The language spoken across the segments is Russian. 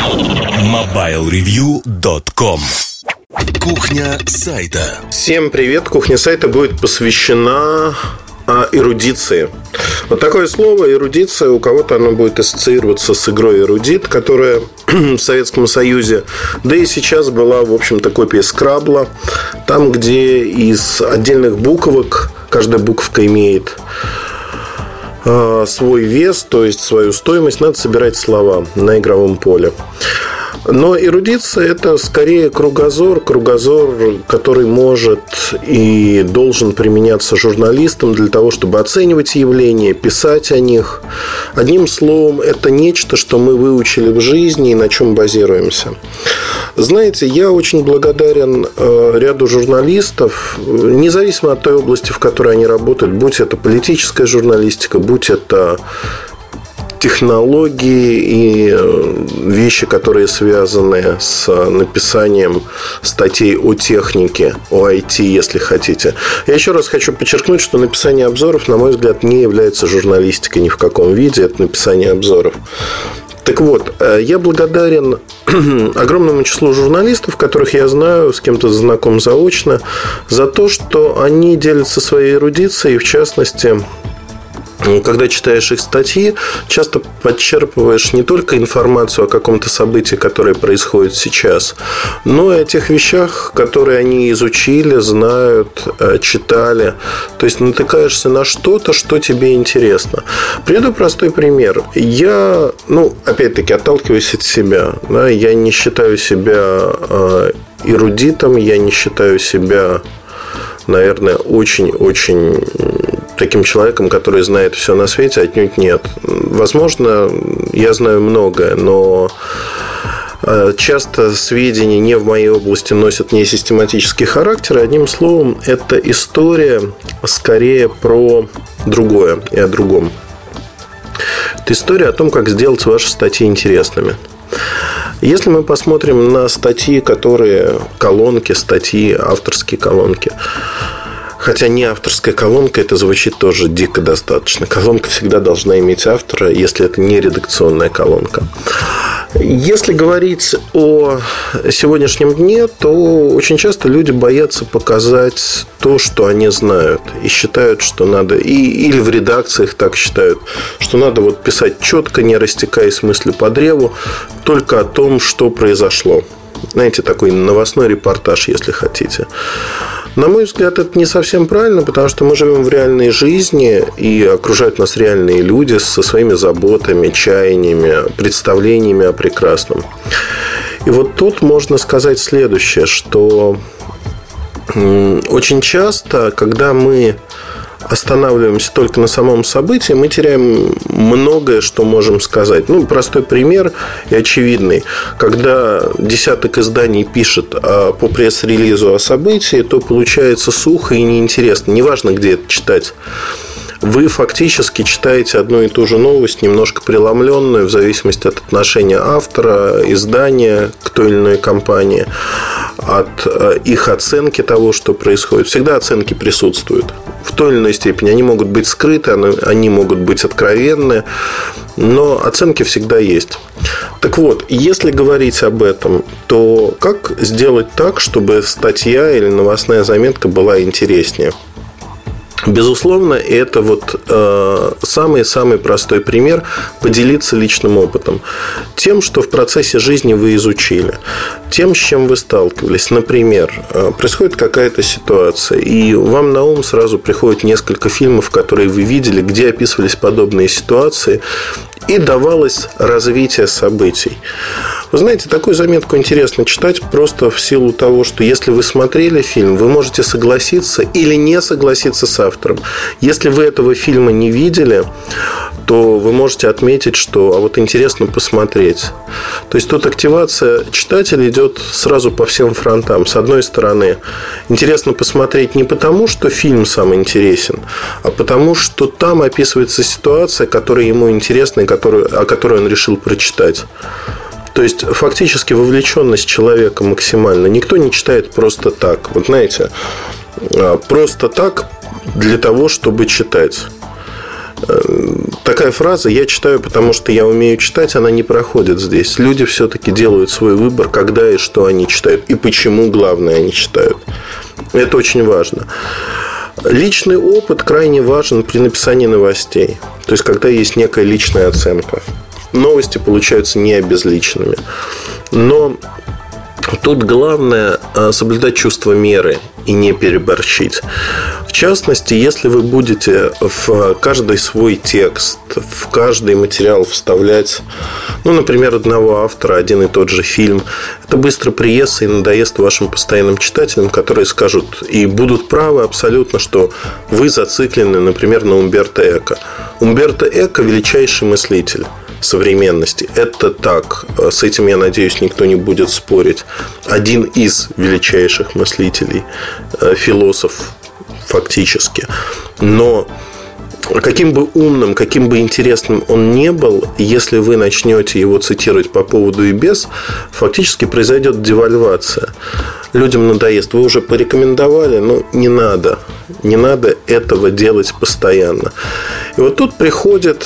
MobileReview.com. Кухня сайта. Всем привет! Кухня сайта будет посвящена эрудиции. Вот такое слово эрудиция, у кого-то оно будет ассоциироваться с игрой эрудит, которая в Советском Союзе, да и сейчас была, в общем-то, копия скрабла, там, где из отдельных буквок каждая буковка имеет свой вес, то есть свою стоимость, надо собирать слова на игровом поле. Но эрудиция – это скорее кругозор, который может и должен применяться журналистам для того, чтобы оценивать явления, писать о них. Одним словом, это нечто, что мы выучили в жизни и на чем базируемся. Знаете, я очень благодарен ряду журналистов, независимо от той области, в которой они работают, будь это политическая журналистика, будь это технологии и вещи, которые связаны с написанием статей о технике, о IT, если хотите. Я еще раз хочу подчеркнуть, что написание обзоров, на мой взгляд, не является журналистикой ни в каком виде. Это написание обзоров. Так вот, я благодарен огромному числу журналистов, которых я знаю, с кем-то знаком заочно, за то, что они делятся своей эрудицией, в частности, когда читаешь их статьи, часто подчерпываешь не только информацию о каком-то событии, которое происходит сейчас, но и о тех вещах, которые они изучили, знают, читали. То есть натыкаешься на что-то, что тебе интересно. Приведу простой пример. Я, опять-таки, отталкиваюсь от себя. Да, я не считаю себя эрудитом, я не считаю себя, наверное, очень-очень таким человеком, который знает все на свете, отнюдь нет. Возможно, я знаю многое, но часто сведения не в моей области носят несистематический характер. Одним словом, эта история скорее про другое и о другом. Это история о том, как сделать ваши статьи интересными. Если мы посмотрим на статьи, колонки, статьи, авторские колонки, хотя не авторская колонка, это звучит тоже дико достаточно. Колонка всегда должна иметь автора, если это не редакционная колонка. Если говорить о сегодняшнем дне, то очень часто люди боятся показать то, что они знают, и считают, что надо, или в редакциях так считают, что надо писать четко, не растекаясь мыслью по древу, только о том, что произошло. Знаете, такой новостной репортаж, если хотите. На мой взгляд, это не совсем правильно, потому что мы живем в реальной жизни, и окружают нас реальные люди со своими заботами, чаяниями, представлениями о прекрасном. И вот тут можно сказать следующее, что очень часто, когда мы останавливаемся только на самом событии, мы теряем многое, что можем сказать. Простой пример и очевидный. Когда десяток изданий пишет по пресс-релизу о событии, то получается сухо и неинтересно. Неважно, где это читать. Вы фактически читаете одну и ту же новость, немножко преломленную, в зависимости от отношения автора, издания к той или иной компании, от их оценки того, что происходит. Всегда оценки присутствуют. В той или иной степени они могут быть скрыты, они могут быть откровенны, но оценки всегда есть. Так вот, если говорить об этом, то как сделать так, чтобы статья или новостная заметка была интереснее? Безусловно, это самый-самый простой пример – поделиться личным опытом. Тем, что в процессе жизни вы изучили. Тем, с чем вы сталкивались. Например, происходит какая-то ситуация, и вам на ум сразу приходит несколько фильмов, которые вы видели, где описывались подобные ситуации, и давалось развитие событий. Вы знаете, такую заметку интересно читать просто в силу того, что если вы смотрели фильм, вы можете согласиться или не согласиться с автором. Если вы этого фильма не видели, то вы можете отметить, что интересно посмотреть. То есть тут активация читателя идет сразу по всем фронтам. С одной стороны, интересно посмотреть не потому, что фильм сам интересен, а потому, что там описывается ситуация, которая ему интересна и о которой он решил прочитать. То есть фактически вовлеченность человека максимальна. Никто не читает просто так. Знаете, просто так для того, чтобы читать. такая фраза «я читаю, потому что я умею читать», она не проходит здесь. Люди все-таки делают свой выбор, когда и что они читают, и почему, главное, они читают. Это очень важно. Личный опыт крайне важен при написании новостей. То есть, когда есть некая личная оценка. Новости получаются не обезличенными. Но тут главное соблюдать чувство меры и не переборщить. В частности, если вы будете в каждый свой текст, в каждый материал вставлять, например, одного автора, один и тот же фильм, это быстро приестся и надоест вашим постоянным читателям, которые скажут и будут правы абсолютно, что вы зациклены, например, на Умберто Эко. Умберто Эко – величайший мыслитель современности. Это так. С этим, я надеюсь, никто не будет спорить. Один из величайших мыслителей, философ фактически. Но каким бы умным, каким бы интересным он не был, если вы начнете его цитировать по поводу и без, фактически произойдет девальвация. Людям надоест. Вы уже порекомендовали, но не надо. Не надо этого делать постоянно. И вот тут приходит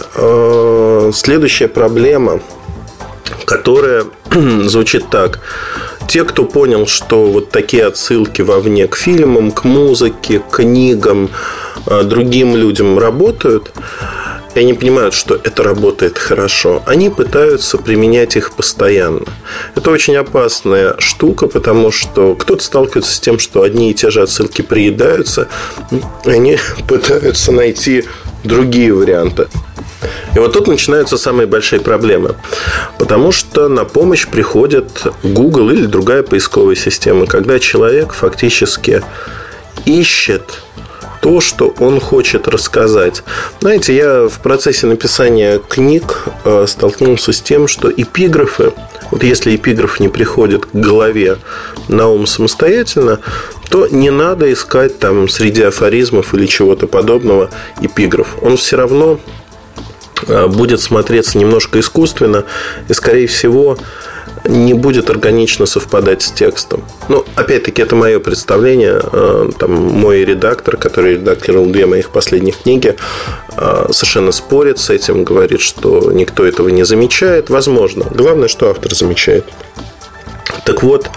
следующая проблема, которая звучит так. Те, кто понял, что вот такие отсылки вовне к фильмам, к музыке, к книгам, другим людям работают, и они понимают, что это работает хорошо, они пытаются применять их постоянно. Это очень опасная штука, потому что кто-то сталкивается с тем, что одни и те же отсылки приедаются, и они пытаются найти другие варианты. И вот тут начинаются самые большие проблемы. Потому что на помощь приходит Google или другая поисковая система, когда человек фактически ищет то, что он хочет рассказать. Знаете, я в процессе написания книг столкнулся с тем, что эпиграфы, вот если эпиграф не приходит к голове на ум самостоятельно, то не надо искать там среди афоризмов или чего-то подобного эпиграф. Он все равно будет смотреться немножко искусственно и, скорее всего, не будет органично совпадать с текстом. Опять-таки, это мое представление. Там мой редактор, который редактировал 2 моих последних книги, совершенно спорит с этим, говорит, что никто этого не замечает. Возможно. Главное, что автор замечает. Так вот,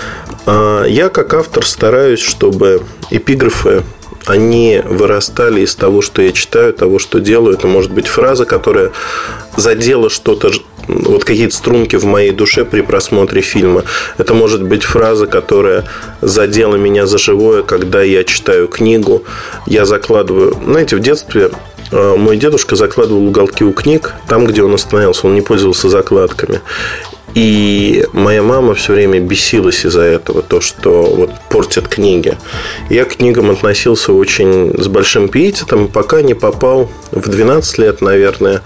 я как автор стараюсь, чтобы эпиграфы они вырастали из того, что я читаю, того, что делаю. Это может быть фраза, которая задела что-то, вот какие-то струнки в моей душе при просмотре фильма. Это может быть фраза, которая задела меня за живое, когда я читаю книгу. Я закладываю... Знаете, в детстве мой дедушка закладывал уголки у книг там, где он остановился. Он не пользовался закладками. И моя мама все время бесилась из-за этого, то, что вот портят книги. Я к книгам относился очень с большим пиететом, пока не попал в 12 лет, наверное,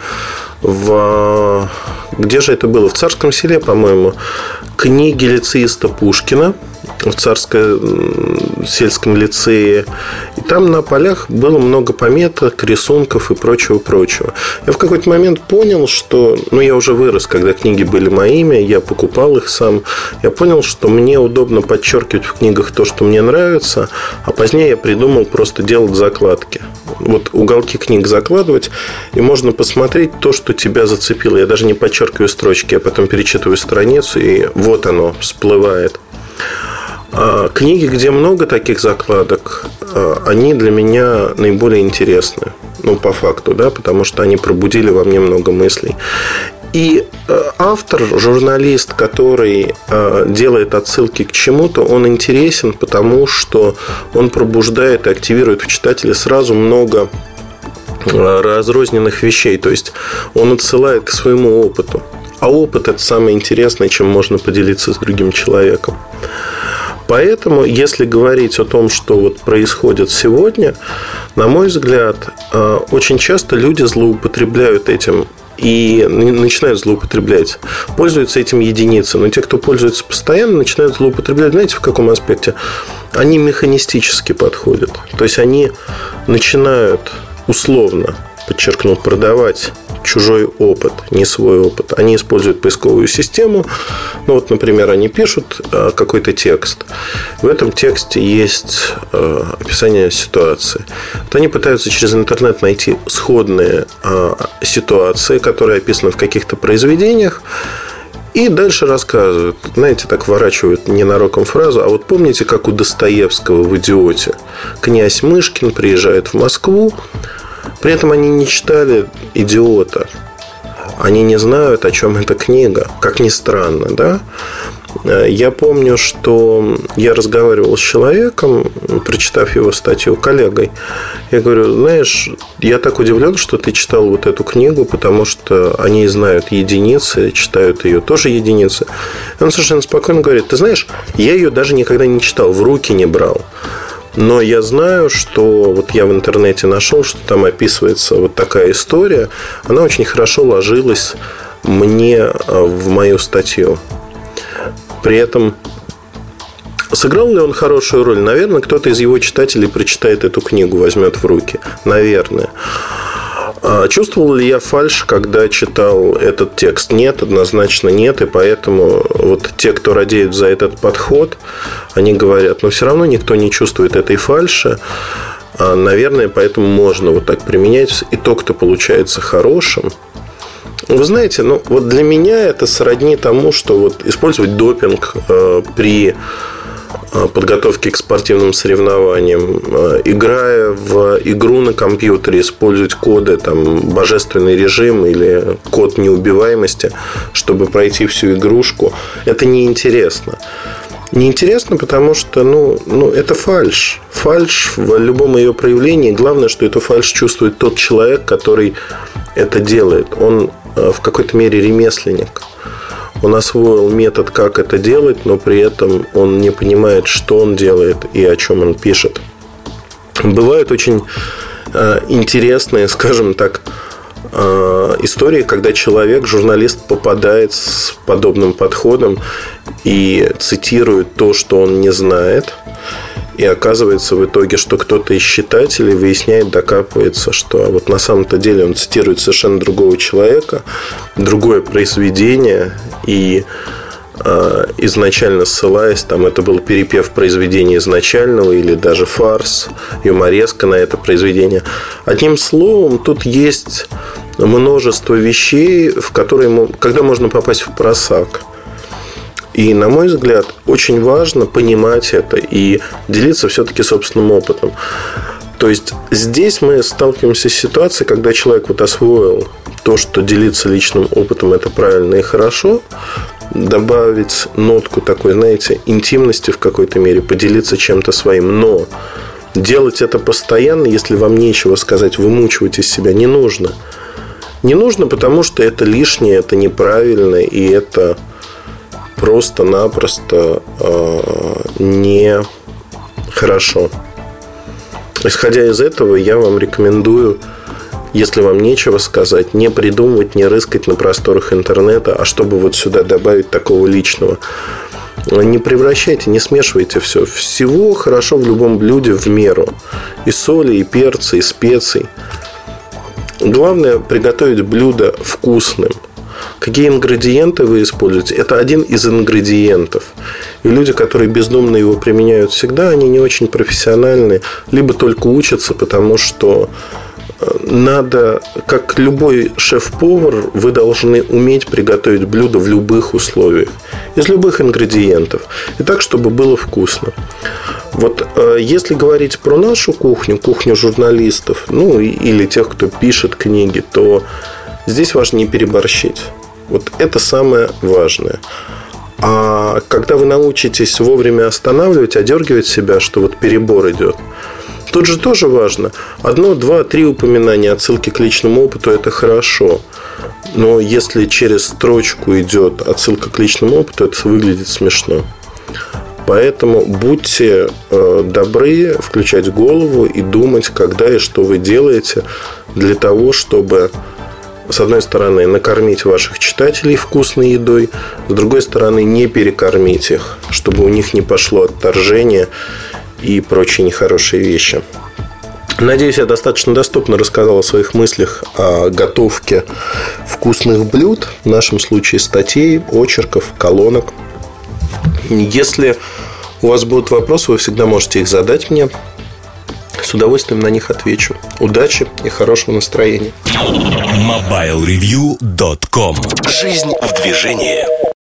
где же это было? В Царском Селе, по-моему, книги лицеиста Пушкина в Царском сельском лицее. И там на полях было много пометок, рисунков и прочего-прочего. Я в какой-то момент понял, что... я уже вырос, когда книги были моими, я покупал их сам. Я понял, что мне удобно подчеркивать в книгах то, что мне нравится. А позднее я придумал просто делать закладки. Вот уголки книг закладывать, и можно посмотреть то, что тебя зацепило. Я даже не подчеркиваю строчки, я потом перечитываю страницу, и вот оно всплывает. Книги, где много таких закладок, они для меня наиболее интересны. По факту, да, потому что они пробудили во мне много мыслей. И автор, журналист, который делает отсылки к чему-то, он интересен, потому что он пробуждает и активирует в читателе сразу много разрозненных вещей. То есть он отсылает к своему опыту. А опыт – это самое интересное, чем можно поделиться с другим человеком. Поэтому, если говорить о том, что вот происходит сегодня, на мой взгляд, очень часто люди злоупотребляют этим и начинают злоупотреблять. Пользуются этим единицы. Но те, кто пользуется постоянно, начинают злоупотреблять. Знаете, в каком аспекте? Они механистически подходят. То есть они начинают условно, подчеркну, продавать чужой опыт, не свой опыт. Они используют поисковую систему. Ну, вот, например, они пишут какой-то текст. В этом тексте есть описание ситуации. Вот они пытаются через интернет найти сходные ситуации, которые описаны в каких-то произведениях. И дальше рассказывают, знаете, так вворачивают ненароком фразу. А вот помните, как у Достоевского в «Идиоте» князь Мышкин приезжает в Москву. При этом они не читали «Идиота». Они не знают, о чем эта книга. Как ни странно, да? Я помню, что я разговаривал с человеком, прочитав его статью, коллегой. Я говорю, знаешь, я так удивлен, что ты читал вот эту книгу, потому что они знают единицы, читают ее тоже единицы. И он совершенно спокойно говорит, ты знаешь, я ее даже никогда не читал, в руки не брал. Но я знаю, что вот я в интернете нашел, что там описывается вот такая история. Она очень хорошо ложилась мне в мою статью. При этом сыграл ли он хорошую роль? Наверное, кто-то из его читателей прочитает эту книгу, возьмет в руки. Наверное. Чувствовал ли я фальшь, когда читал этот текст? Нет, однозначно нет. И поэтому вот те, кто радеют за этот подход, они говорят, но все равно никто не чувствует этой фальши. Наверное, поэтому можно вот так применять. Итог-то получается хорошим. Вы знаете, ну вот для меня это сродни тому, что вот использовать допинг при подготовке к спортивным соревнованиям, играя в игру на компьютере, использовать коды, там, божественный режим или код неубиваемости, чтобы пройти всю игрушку, это неинтересно. Неинтересно, потому что это фальшь. Фальшь в любом ее проявлении. Главное, что эту фальшь чувствует тот человек, который это делает. Он в какой-то мере ремесленник. Он освоил метод, как это делать, но при этом он не понимает, что он делает и о чем он пишет. Бывают очень интересные, скажем так, истории, когда человек, журналист, попадает с подобным подходом и цитирует то, что он не знает. И оказывается в итоге, что кто-то из читателей выясняет, докапывается, что вот на самом-то деле он цитирует совершенно другого человека, другое произведение, и изначально ссылаясь, там это был перепев произведения изначального или даже фарс, юмореска на это произведение. Одним словом, тут есть множество вещей, в которые, когда можно попасть в просак. И, на мой взгляд, очень важно понимать это и делиться все-таки собственным опытом. То есть здесь мы сталкиваемся с ситуацией, когда человек вот освоил то, что делиться личным опытом – это правильно и хорошо, добавить нотку такой, знаете, интимности в какой-то мере, поделиться чем-то своим. Но делать это постоянно, если вам нечего сказать, вымучивать из себя, не нужно. Не нужно, потому что это лишнее, это неправильно, и это просто-напросто не хорошо. Исходя из этого, я вам рекомендую, если вам нечего сказать, не придумывать, не рыскать на просторах интернета, а чтобы вот сюда добавить такого личного. Не превращайте, не смешивайте все. Всего хорошо в любом блюде в меру. И соли, и перца, и специй. Главное приготовить блюдо вкусным. Какие ингредиенты вы используете? Это один из ингредиентов. И люди, которые бездумно его применяют всегда, они не очень профессиональны, либо только учатся, потому что надо, как любой шеф-повар, вы должны уметь приготовить блюдо в любых условиях, из любых ингредиентов, и так, чтобы было вкусно. Вот если говорить про нашу кухню, кухню журналистов, или тех, кто пишет книги, то здесь важно не переборщить. Вот это самое важное. А когда вы научитесь вовремя останавливать, одергивать себя, что вот перебор идет, тут же тоже важно. 1, 2, 3 упоминания, отсылки к личному опыту – это хорошо. Но если через строчку идет отсылка к личному опыту, это выглядит смешно. Поэтому будьте добры включать голову и думать, когда и что вы делаете для того, чтобы, с одной стороны, накормить ваших читателей вкусной едой, с другой стороны, не перекормить их, чтобы у них не пошло отторжение и прочие нехорошие вещи. Надеюсь, я достаточно доступно рассказал о своих мыслях о готовке вкусных блюд. В нашем случае статей, очерков, колонок. Если у вас будут вопросы, вы всегда можете их задать мне. С удовольствием на них отвечу. Удачи и хорошего настроения. MobileReview.com. Жизнь в движении.